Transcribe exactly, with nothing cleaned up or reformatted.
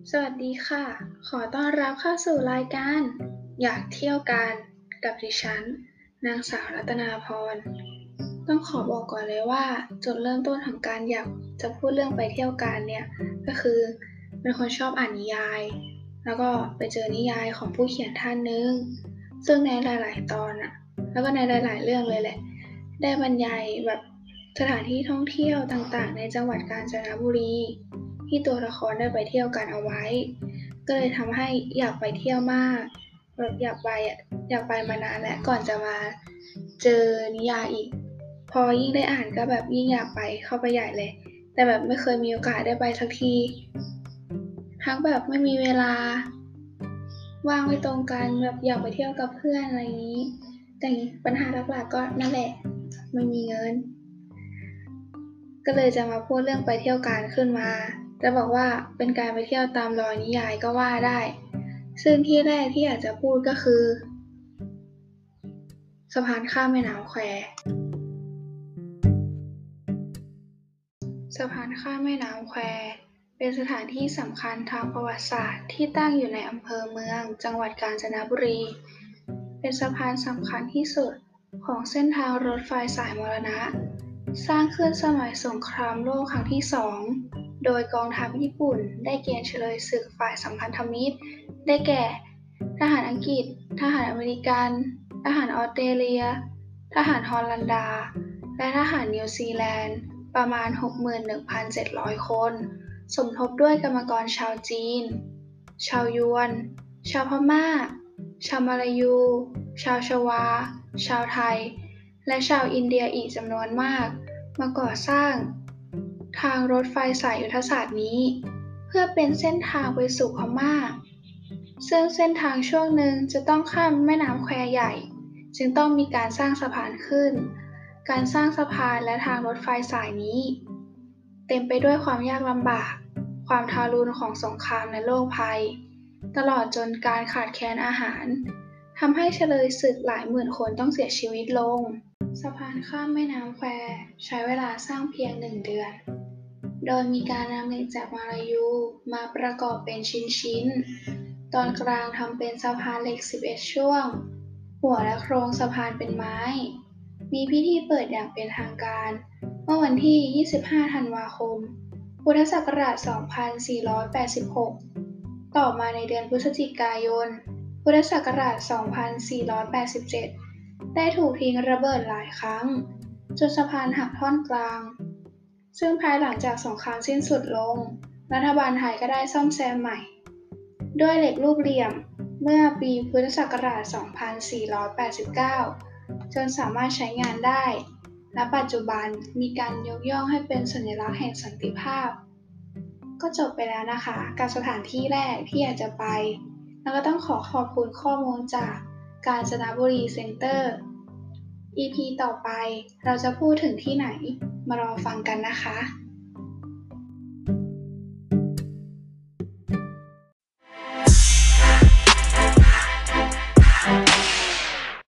สวัสดีค่ะ ขอต้อนรับเข้าสู่รายการอยากเที่ยวกันกับดิฉันนางสาวรัตนาพร ต้องขอบอกก่อนเลยว่าจุดเริ่มต้นของการอยากจะพูดเรื่องไปเที่ยวกันเนี่ยก็คือเป็นคนชอบอ่านนิยายแล้วก็ไปเจอนิยายของผู้เขียนท่านหนึ่งซึ่งในหลายๆตอนอะแล้วก็ในหลายๆเรื่องเลยแหละได้บรรยายแบบสถานที่ท่องเที่ยวต่างๆในจังหวัดกาญจนบุรีที่ตัวละครได้ไปเที่ยวกันเอาไว้ก็เลยทำให้อยากไปเที่ยวมากแบบอยากไปอะอยากไปมานานแล้วก่อนจะมาเจอนิยายอีก พอยิ่งได้อ่านก็แบบยิ่งอยากไปเข้าไปใหญ่เลย แต่แบบไม่เคยมีโอกาสได้ไปสักที ทั้งแบบไม่มีเวลาว่างไม่ตรงกันแบบอยากไปเที่ยวกับเพื่อนอะไรอย่างนี้ แต่ปัญหาหลักๆก็นั่นแหละไม่มีเงิน ก็เลยจะมาพูดเรื่องไปเที่ยวกันขึ้นมา จะบอกว่าเป็นการไปเที่ยวตามรอยนิยายก็ว่าได้ ซึ่งที่แรกที่อยากจะพูดก็คือสะพานข้ามแม่น้ำแคว สะพานข้ามแม่น้ำแควเป็นสถานที่สำคัญทางประวัติศาสตร์ที่ตั้งอยู่ในอำเภอเมืองจังหวัดกาญจนบุรี เป็นสะพานสำคัญที่สุดของเส้นทางรถไฟสายมรณะ สร้างขึ้นสมัยสงครามโลกครั้งที่สอง โดยกองทัพญี่ปุ่นได้เกณฑ์เฉลยศึกฝ่ายสัมพันธมิตร ได้แก่ ทหารอังกฤษ ทหารอเมริกัน ทหารออสเตรเลีย ทหารฮอลันดา และทหารนิวซีแลนด์ประมาณ หกหมื่นหนึ่งพันเจ็ดร้อย คน สมทบด้วยกรรมกรชาวจีน ชาวยวน ชาวพม่า ชาวมาลายู ชาวชวา ชาวไทย และชาวอินเดียอีกจำนวนมาก มาก่อสร้างทางรถไฟสายยุทธศาสตร์นี้ เพื่อเป็นเส้นทางไปสู่พม่า ซึ่งเส้นทางช่วงหนึ่งจะต้องข้ามแม่น้ำแควใหญ่ จึงต้องมีการสร้างสะพานขึ้น การสร้างสะพานและทางรถไฟสายนี้ เต็มไปด้วยความยากลำบาก ความทารุณของสงครามและโรคภัย ตลอดจนการขาดแคลนอาหารทำให้เฉลยศึกหลายหมื่นคนต้องเสียชีวิตลง สะพานข้ามแม่น้ำแควใช้เวลาสร้างเพียงหนึ่งเดือน โดยมีการนำเหล็กจากมาลายูมาประกอบเป็นชิ้นๆ ตอนกลางทำเป็นสะพานเหล็ก สิบเอ็ด ช่วง หัวและโครงสะพานเป็นไม้ มีพิธีเปิดอย่างเป็นทางการเมื่อวันที่ ยี่สิบห้า ธันวาคม พุทธศักราช สองพันสี่ร้อยแปดสิบหก ต่อมาในเดือนพฤศจิกายน พุทธศักราช สองพันสี่ร้อยแปดสิบเจ็ด ได้ถูกทิ้งระเบิดหลายครั้ง จนสะพานหักท่อนกลาง ซึ่งภายหลังจากสงครามสิ้นสุดลง รัฐบาลไทยก็ได้ซ่อมแซมใหม่ ด้วยเหล็กรูปเหลี่ยมเมื่อปีพุทธศักราช สองพันสี่ร้อยแปดสิบเก้า จนสามารถใช้งานได้ และปัจจุบันมีการยกย่องให้เป็นสัญลักษณ์แห่งสันติภาพ ก็จบไปแล้วนะคะกับสถานที่แรกที่อยากจะไป แล้วก็ต้องขอขอบคุณข้อมูลจากกาญจนบุรีเซ็นเตอร์ อี พี ต่อไปเราจะพูดถึงที่ไหนมารอฟังกันนะคะ